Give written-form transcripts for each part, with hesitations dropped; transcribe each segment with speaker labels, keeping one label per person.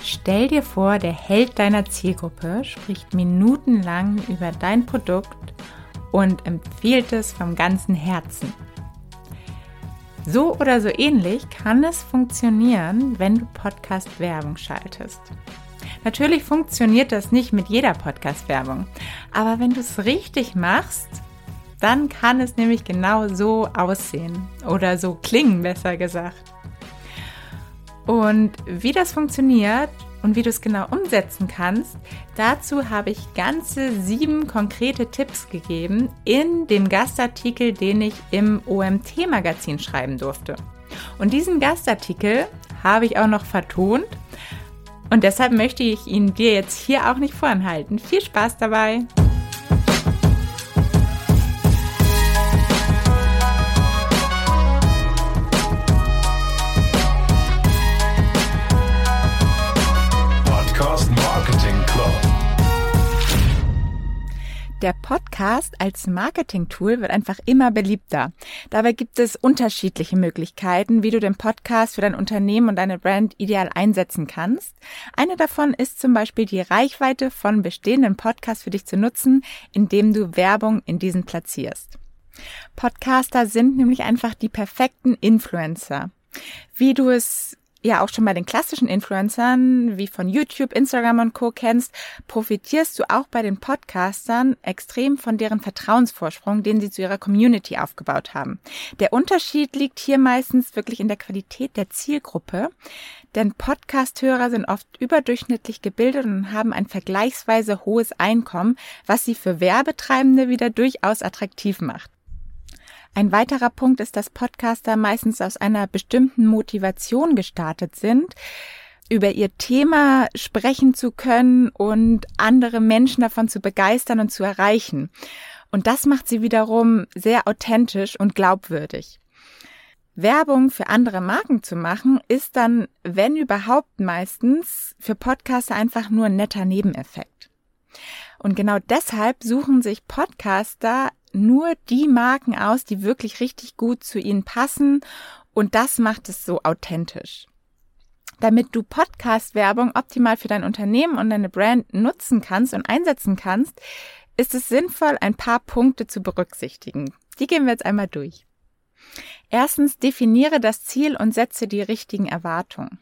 Speaker 1: Stell dir vor, der Held deiner Zielgruppe spricht minutenlang über dein Produkt und empfiehlt es vom ganzen Herzen. So oder so ähnlich kann es funktionieren, wenn du Podcast-Werbung schaltest. Natürlich funktioniert das nicht mit jeder Podcast-Werbung, aber wenn du es richtig machst, dann kann es nämlich genau so aussehen oder so klingen, besser gesagt. Und wie das funktioniert und wie du es genau umsetzen kannst, dazu habe ich ganze 7 konkrete Tipps gegeben in dem Gastartikel, den ich im OMT-Magazin schreiben durfte. Und diesen Gastartikel habe ich auch noch vertont und deshalb möchte ich ihn dir jetzt hier auch nicht vorenthalten. Viel Spaß dabei! Der Podcast als Marketing-Tool wird einfach immer beliebter. Dabei gibt es unterschiedliche Möglichkeiten, wie du den Podcast für dein Unternehmen und deine Brand ideal einsetzen kannst. Eine davon ist zum Beispiel die Reichweite von bestehenden Podcasts für dich zu nutzen, indem du Werbung in diesen platzierst. Podcaster sind nämlich einfach die perfekten Influencer. Wie du es ja auch schon bei den klassischen Influencern wie von YouTube, Instagram und Co. kennst, profitierst du auch bei den Podcastern extrem von deren Vertrauensvorsprung, den sie zu ihrer Community aufgebaut haben. Der Unterschied liegt hier meistens wirklich in der Qualität der Zielgruppe, denn Podcast-Hörer sind oft überdurchschnittlich gebildet und haben ein vergleichsweise hohes Einkommen, was sie für Werbetreibende wieder durchaus attraktiv macht. Ein weiterer Punkt ist, dass Podcaster meistens aus einer bestimmten Motivation gestartet sind, über ihr Thema sprechen zu können und andere Menschen davon zu begeistern und zu erreichen. Und das macht sie wiederum sehr authentisch und glaubwürdig. Werbung für andere Marken zu machen, ist dann, wenn überhaupt meistens, für Podcaster einfach nur ein netter Nebeneffekt. Und genau deshalb suchen sich Podcaster nur die Marken aus, die wirklich richtig gut zu ihnen passen, und das macht es so authentisch. Damit du Podcast-Werbung optimal für dein Unternehmen und deine Brand nutzen kannst und einsetzen kannst, ist es sinnvoll, ein paar Punkte zu berücksichtigen. Die gehen wir jetzt einmal durch. Erstens, definiere das Ziel und setze die richtigen Erwartungen.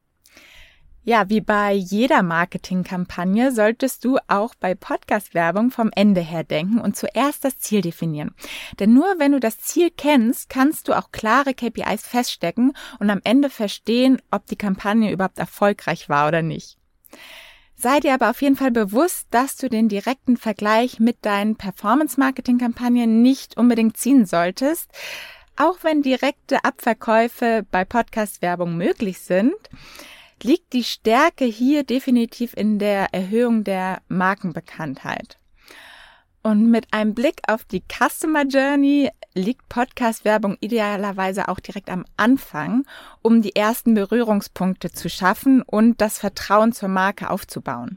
Speaker 1: Ja, wie bei jeder Marketingkampagne solltest du auch bei Podcast-Werbung vom Ende her denken und zuerst das Ziel definieren. Denn nur wenn du das Ziel kennst, kannst du auch klare KPIs feststecken und am Ende verstehen, ob die Kampagne überhaupt erfolgreich war oder nicht. Sei dir aber auf jeden Fall bewusst, dass du den direkten Vergleich mit deinen Performance-Marketing-Kampagnen nicht unbedingt ziehen solltest. Auch wenn direkte Abverkäufe bei Podcast-Werbung möglich sind, liegt die Stärke hier definitiv in der Erhöhung der Markenbekanntheit. Und mit einem Blick auf die Customer Journey liegt Podcast-Werbung idealerweise auch direkt am Anfang, um die ersten Berührungspunkte zu schaffen und das Vertrauen zur Marke aufzubauen.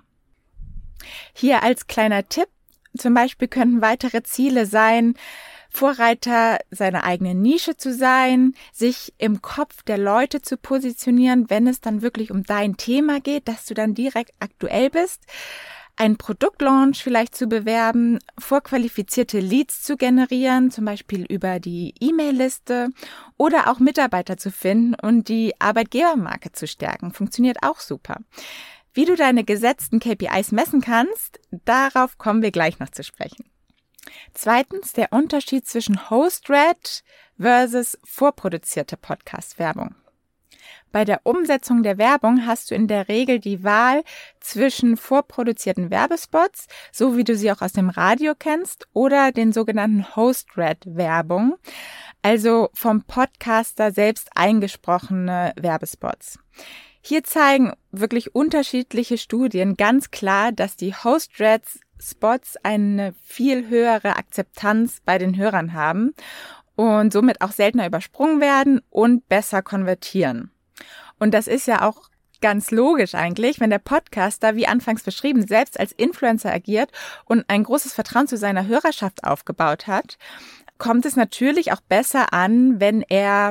Speaker 1: Hier als kleiner Tipp, zum Beispiel könnten weitere Ziele sein, Vorreiter seiner eigenen Nische zu sein, sich im Kopf der Leute zu positionieren, wenn es dann wirklich um dein Thema geht, dass du dann direkt aktuell bist, einen Produktlaunch vielleicht zu bewerben, vorqualifizierte Leads zu generieren, zum Beispiel über die E-Mail-Liste, oder auch Mitarbeiter zu finden und die Arbeitgebermarke zu stärken. Funktioniert auch super. Wie du deine gesetzten KPIs messen kannst, darauf kommen wir gleich noch zu sprechen. Zweitens, der Unterschied zwischen Host-Read versus vorproduzierte Podcast-Werbung. Bei der Umsetzung der Werbung hast du in der Regel die Wahl zwischen vorproduzierten Werbespots, so wie du sie auch aus dem Radio kennst, oder den sogenannten Host-Read-Werbung, also vom Podcaster selbst eingesprochene Werbespots. Hier zeigen wirklich unterschiedliche Studien ganz klar, dass die Host-Read-Spots eine viel höhere Akzeptanz bei den Hörern haben und somit auch seltener übersprungen werden und besser konvertieren. Und das ist ja auch ganz logisch eigentlich, wenn der Podcaster, wie anfangs beschrieben, selbst als Influencer agiert und ein großes Vertrauen zu seiner Hörerschaft aufgebaut hat, kommt es natürlich auch besser an, wenn er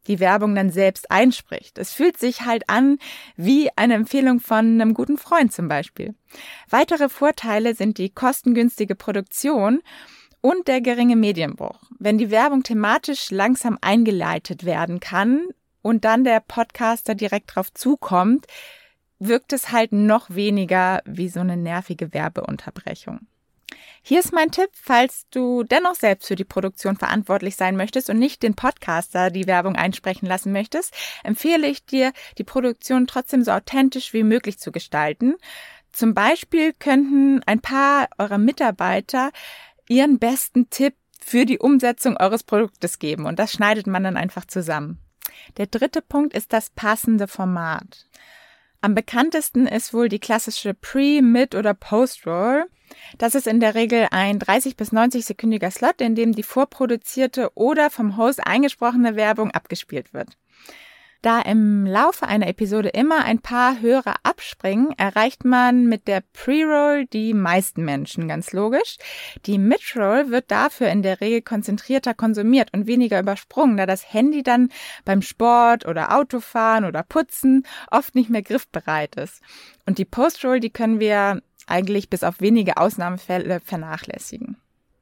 Speaker 1: die Werbung dann selbst einspricht. Es fühlt sich halt an wie eine Empfehlung von einem guten Freund zum Beispiel. Weitere Vorteile sind die kostengünstige Produktion und der geringe Medienbruch. Wenn die Werbung thematisch langsam eingeleitet werden kann und dann der Podcaster direkt drauf zukommt, wirkt es halt noch weniger wie so eine nervige Werbeunterbrechung. Hier ist mein Tipp, falls du dennoch selbst für die Produktion verantwortlich sein möchtest und nicht den Podcaster die Werbung einsprechen lassen möchtest, empfehle ich dir, die Produktion trotzdem so authentisch wie möglich zu gestalten. Zum Beispiel könnten ein paar eurer Mitarbeiter ihren besten Tipp für die Umsetzung eures Produktes geben und das schneidet man dann einfach zusammen. Der dritte Punkt ist das passende Format. Am bekanntesten ist wohl die klassische Pre-, Mid- oder Post-Roll. Das ist in der Regel ein 30- bis 90-sekündiger Slot, in dem die vorproduzierte oder vom Host eingesprochene Werbung abgespielt wird. Da im Laufe einer Episode immer ein paar Hörer abspringen, erreicht man mit der Pre-Roll die meisten Menschen, ganz logisch. Die Mid-Roll wird dafür in der Regel konzentrierter konsumiert und weniger übersprungen, da das Handy dann beim Sport oder Autofahren oder Putzen oft nicht mehr griffbereit ist. Und die Post-Roll, die können wir eigentlich bis auf wenige Ausnahmefälle vernachlässigen.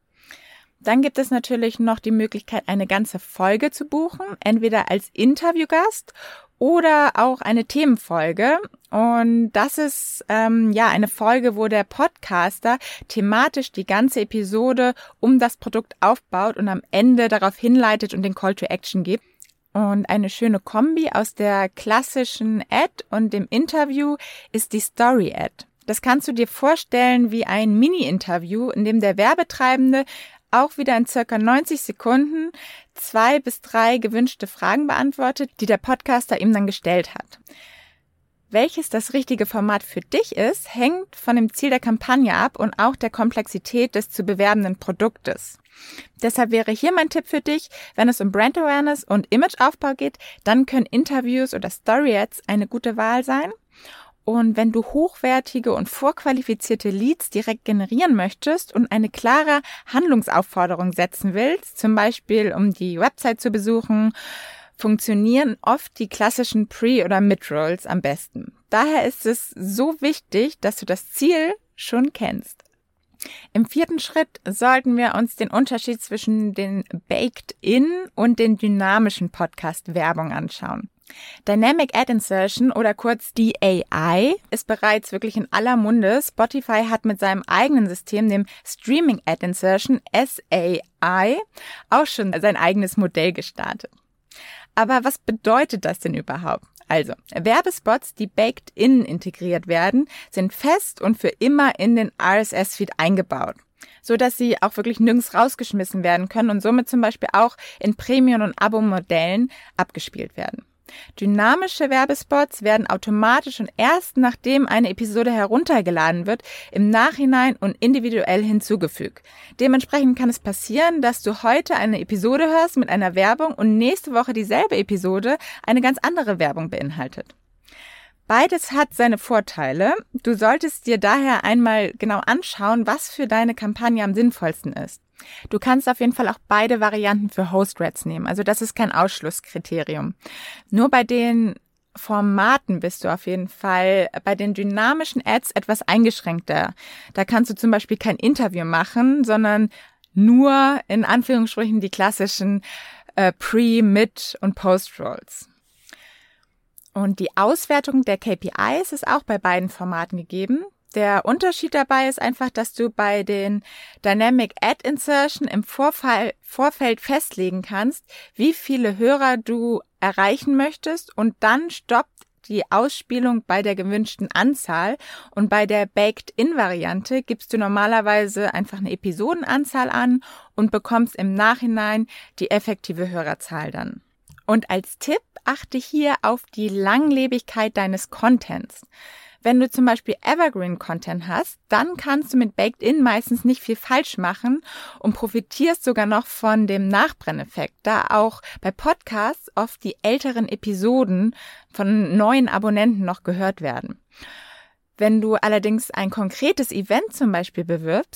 Speaker 1: Dann gibt es natürlich noch die Möglichkeit, eine ganze Folge zu buchen, entweder als Interviewgast oder auch eine Themenfolge. Und das ist eine Folge, wo der Podcaster thematisch die ganze Episode um das Produkt aufbaut und am Ende darauf hinleitet und den Call to Action gibt. Und eine schöne Kombi aus der klassischen Ad und dem Interview ist die Story Ad. Das kannst du dir vorstellen wie ein Mini-Interview, in dem der Werbetreibende auch wieder in circa 90 Sekunden 2 bis 3 gewünschte Fragen beantwortet, die der Podcaster ihm dann gestellt hat. Welches das richtige Format für dich ist, hängt von dem Ziel der Kampagne ab und auch der Komplexität des zu bewerbenden Produktes. Deshalb wäre hier mein Tipp für dich, wenn es um Brand Awareness und Imageaufbau geht, dann können Interviews oder Story Ads eine gute Wahl sein. Und wenn du hochwertige und vorqualifizierte Leads direkt generieren möchtest und eine klare Handlungsaufforderung setzen willst, zum Beispiel um die Website zu besuchen, funktionieren oft die klassischen Pre- oder Mid-Rolls am besten. Daher ist es so wichtig, dass du das Ziel schon kennst. Im 4. Schritt sollten wir uns den Unterschied zwischen den Baked-In und den dynamischen Podcast-Werbung anschauen. Dynamic Ad Insertion oder kurz DAI ist bereits wirklich in aller Munde. Spotify hat mit seinem eigenen System, dem Streaming Ad Insertion SAI, auch schon sein eigenes Modell gestartet. Aber was bedeutet das denn überhaupt? Also, Werbespots, die baked-in integriert werden, sind fest und für immer in den RSS-Feed eingebaut, so dass sie auch wirklich nirgends rausgeschmissen werden können und somit zum Beispiel auch in Premium- und Abo-Modellen abgespielt werden. Dynamische Werbespots werden automatisch und erst nachdem eine Episode heruntergeladen wird, im Nachhinein und individuell hinzugefügt. Dementsprechend kann es passieren, dass du heute eine Episode hörst mit einer Werbung und nächste Woche dieselbe Episode eine ganz andere Werbung beinhaltet. Beides hat seine Vorteile. Du solltest dir daher einmal genau anschauen, was für deine Kampagne am sinnvollsten ist. Du kannst auf jeden Fall auch beide Varianten für Host-Ads nehmen, also das ist kein Ausschlusskriterium. Nur bei den Formaten bist du auf jeden Fall bei den dynamischen Ads etwas eingeschränkter. Da kannst du zum Beispiel kein Interview machen, sondern nur in Anführungsstrichen die klassischen Pre-, Mid- und Post-Rolls. Und die Auswertung der KPIs ist auch bei beiden Formaten gegeben. Der Unterschied dabei ist einfach, dass du bei den Dynamic Ad Insertion im Vorfeld festlegen kannst, wie viele Hörer du erreichen möchtest und dann stoppt die Ausspielung bei der gewünschten Anzahl und bei der Baked-In-Variante gibst du normalerweise einfach eine Episodenanzahl an und bekommst im Nachhinein die effektive Hörerzahl dann. Und als Tipp achte hier auf die Langlebigkeit deines Contents. Wenn du zum Beispiel Evergreen-Content hast, dann kannst du mit Baked-In meistens nicht viel falsch machen und profitierst sogar noch von dem Nachbrenneffekt, da auch bei Podcasts oft die älteren Episoden von neuen Abonnenten noch gehört werden. Wenn du allerdings ein konkretes Event zum Beispiel bewirbst,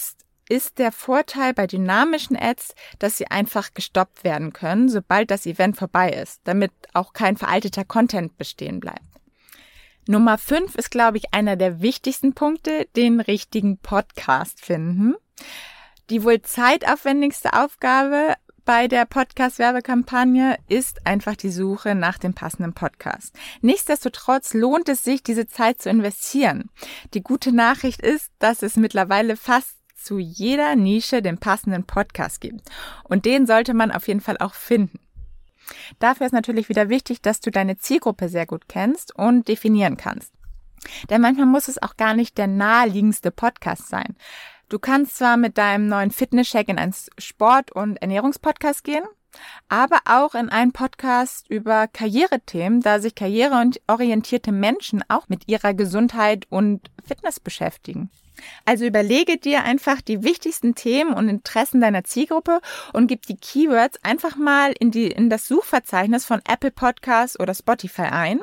Speaker 1: ist der Vorteil bei dynamischen Ads, dass sie einfach gestoppt werden können, sobald das Event vorbei ist, damit auch kein veralteter Content bestehen bleibt. Nummer 5 ist, glaube ich, einer der wichtigsten Punkte, den richtigen Podcast finden. Die wohl zeitaufwendigste Aufgabe bei der Podcast-Werbekampagne ist einfach die Suche nach dem passenden Podcast. Nichtsdestotrotz lohnt es sich, diese Zeit zu investieren. Die gute Nachricht ist, dass es mittlerweile fast zu jeder Nische den passenden Podcast gibt. Und den sollte man auf jeden Fall auch finden. Dafür ist natürlich wieder wichtig, dass du deine Zielgruppe sehr gut kennst und definieren kannst. Denn manchmal muss es auch gar nicht der naheliegendste Podcast sein. Du kannst zwar mit deinem neuen Fitness-Check in einen Sport- und Ernährungspodcast gehen, aber auch in einen Podcast über Karrierethemen, da sich karriereorientierte Menschen auch mit ihrer Gesundheit und Fitness beschäftigen. Also überlege dir einfach die wichtigsten Themen und Interessen deiner Zielgruppe und gib die Keywords einfach mal in das Suchverzeichnis von Apple Podcasts oder Spotify ein.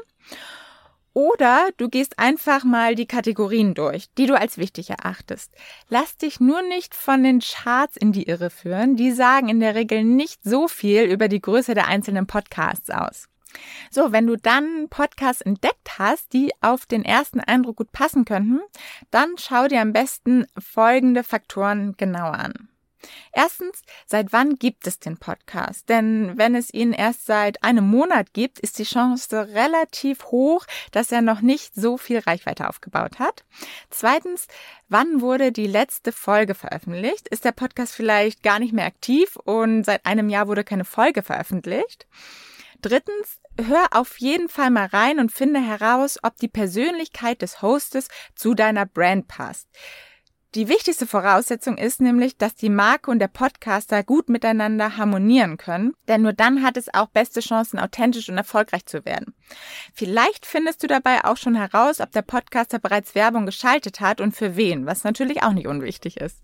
Speaker 1: Oder du gehst einfach mal die Kategorien durch, die du als wichtig erachtest. Lass dich nur nicht von den Charts in die Irre führen. Die sagen in der Regel nicht so viel über die Größe der einzelnen Podcasts aus. So, wenn du dann Podcasts entdeckt hast, die auf den ersten Eindruck gut passen könnten, dann schau dir am besten folgende Faktoren genauer an. Erstens, seit wann gibt es den Podcast? Denn wenn es ihn erst seit einem Monat gibt, ist die Chance relativ hoch, dass er noch nicht so viel Reichweite aufgebaut hat. Zweitens, wann wurde die letzte Folge veröffentlicht? Ist der Podcast vielleicht gar nicht mehr aktiv und seit einem Jahr wurde keine Folge veröffentlicht? Drittens, hör auf jeden Fall mal rein und finde heraus, ob die Persönlichkeit des Hostes zu deiner Brand passt. Die wichtigste Voraussetzung ist nämlich, dass die Marke und der Podcaster gut miteinander harmonieren können, denn nur dann hat es auch beste Chancen, authentisch und erfolgreich zu werden. Vielleicht findest du dabei auch schon heraus, ob der Podcaster bereits Werbung geschaltet hat und für wen, was natürlich auch nicht unwichtig ist.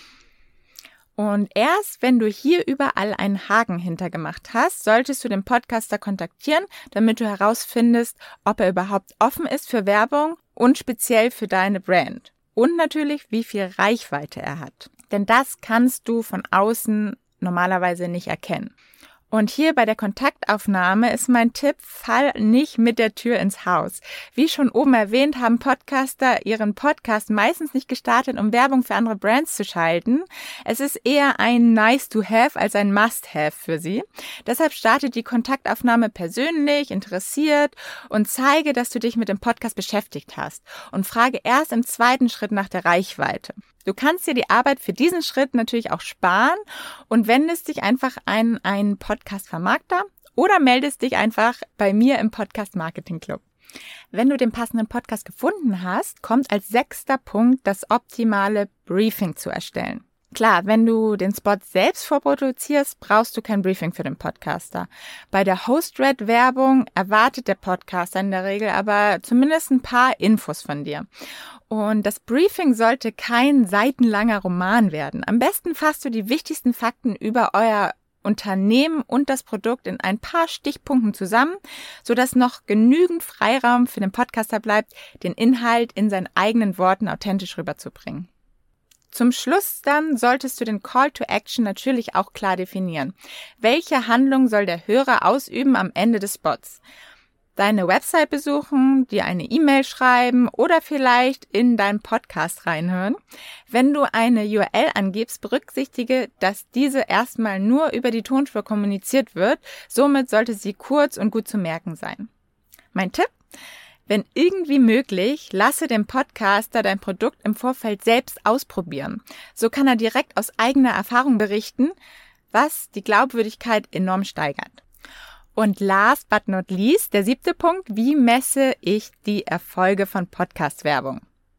Speaker 1: Und erst wenn du hier überall einen Haken hintergemacht hast, solltest du den Podcaster kontaktieren, damit du herausfindest, ob er überhaupt offen ist für Werbung und speziell für deine Brand. Und natürlich, wie viel Reichweite er hat. Denn das kannst du von außen normalerweise nicht erkennen. Und hier bei der Kontaktaufnahme ist mein Tipp, fall nicht mit der Tür ins Haus. Wie schon oben erwähnt, haben Podcaster ihren Podcast meistens nicht gestartet, um Werbung für andere Brands zu schalten. Es ist eher ein Nice-to-have als ein Must-have für sie. Deshalb startet die Kontaktaufnahme persönlich, interessiert und zeige, dass du dich mit dem Podcast beschäftigt hast. Und frage erst im zweiten Schritt nach der Reichweite. Du kannst dir die Arbeit für diesen Schritt natürlich auch sparen und wendest dich einfach an einen Podcast-Vermarkter oder meldest dich einfach bei mir im Podcast-Marketing-Club. Wenn du den passenden Podcast gefunden hast, kommt als 6. Punkt das optimale Briefing zu erstellen. Klar, wenn du den Spot selbst vorproduzierst, brauchst du kein Briefing für den Podcaster. Bei der Host-Read-Werbung erwartet der Podcaster in der Regel aber zumindest ein paar Infos von dir. Und das Briefing sollte kein seitenlanger Roman werden. Am besten fasst du die wichtigsten Fakten über euer Unternehmen und das Produkt in ein paar Stichpunkten zusammen, sodass noch genügend Freiraum für den Podcaster bleibt, den Inhalt in seinen eigenen Worten authentisch rüberzubringen. Zum Schluss dann solltest du den Call to Action natürlich auch klar definieren. Welche Handlung soll der Hörer ausüben am Ende des Spots? Deine Website besuchen, dir eine E-Mail schreiben oder vielleicht in deinen Podcast reinhören. Wenn du eine URL angibst, berücksichtige, dass diese erstmal nur über die Tonspur kommuniziert wird. Somit sollte sie kurz und gut zu merken sein. Mein Tipp? Wenn irgendwie möglich, lasse den Podcaster dein Produkt im Vorfeld selbst ausprobieren. So kann er direkt aus eigener Erfahrung berichten, was die Glaubwürdigkeit enorm steigert. Und last but not least, der 7. Punkt, wie messe ich die Erfolge von Podcast-Werbung?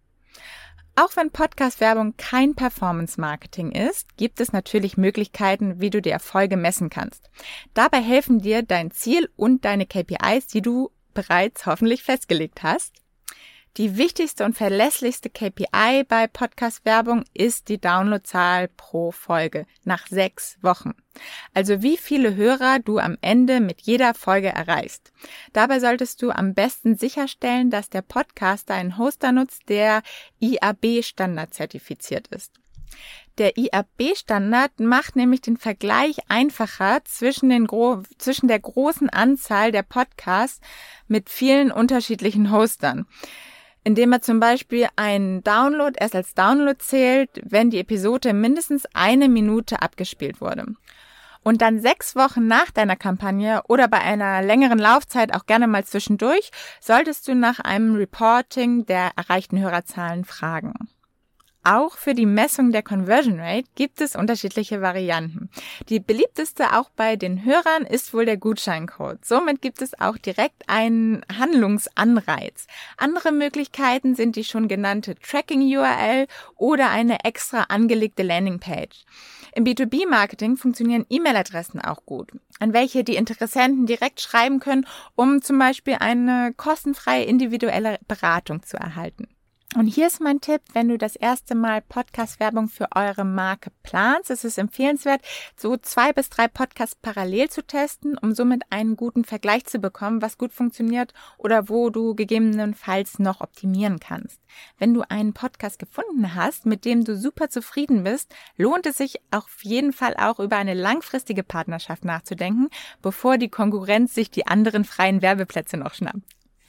Speaker 1: Auch wenn Podcast-Werbung kein Performance-Marketing ist, gibt es natürlich Möglichkeiten, wie du die Erfolge messen kannst. Dabei helfen dir dein Ziel und deine KPIs, die du bereits hoffentlich festgelegt hast. Die wichtigste und verlässlichste KPI bei Podcast-Werbung ist die Downloadzahl pro Folge nach 6 Wochen. Also wie viele Hörer du am Ende mit jeder Folge erreichst. Dabei solltest du am besten sicherstellen, dass der Podcaster einen Hoster nutzt, der IAB-Standard zertifiziert ist. Der IAB-Standard macht nämlich den Vergleich einfacher zwischen der großen Anzahl der Podcasts mit vielen unterschiedlichen Hostern, indem er zum Beispiel einen Download erst als Download zählt, wenn die Episode mindestens 1 Minute abgespielt wurde. Und dann 6 Wochen nach deiner Kampagne oder bei einer längeren Laufzeit auch gerne mal zwischendurch, solltest du nach einem Reporting der erreichten Hörerzahlen fragen. Auch für die Messung der Conversion Rate gibt es unterschiedliche Varianten. Die beliebteste auch bei den Hörern ist wohl der Gutscheincode. Somit gibt es auch direkt einen Handlungsanreiz. Andere Möglichkeiten sind die schon genannte Tracking-URL oder eine extra angelegte Landingpage. Im B2B-Marketing funktionieren E-Mail-Adressen auch gut, an welche die Interessenten direkt schreiben können, um zum Beispiel eine kostenfreie individuelle Beratung zu erhalten. Und hier ist mein Tipp, wenn du das erste Mal Podcast-Werbung für eure Marke planst, ist es empfehlenswert, so 2 bis 3 Podcasts parallel zu testen, um somit einen guten Vergleich zu bekommen, was gut funktioniert oder wo du gegebenenfalls noch optimieren kannst. Wenn du einen Podcast gefunden hast, mit dem du super zufrieden bist, lohnt es sich auf jeden Fall auch über eine langfristige Partnerschaft nachzudenken, bevor die Konkurrenz sich die anderen freien Werbeplätze noch schnappt.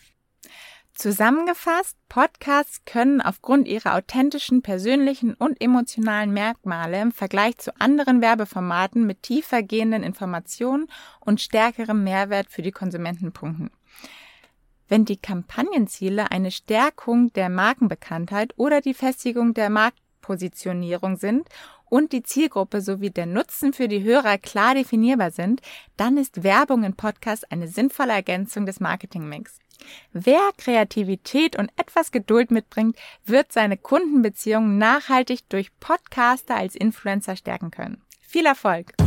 Speaker 1: Zusammengefasst, Podcasts können aufgrund ihrer authentischen, persönlichen und emotionalen Merkmale im Vergleich zu anderen Werbeformaten mit tiefer gehenden Informationen und stärkerem Mehrwert für die Konsumenten punkten. Wenn die Kampagnenziele eine Stärkung der Markenbekanntheit oder die Festigung der Marktpositionierung sind und die Zielgruppe sowie der Nutzen für die Hörer klar definierbar sind, dann ist Werbung in Podcasts eine sinnvolle Ergänzung des Marketingmix. Wer Kreativität und etwas Geduld mitbringt, wird seine Kundenbeziehungen nachhaltig durch Podcaster als Influencer stärken können. Viel Erfolg!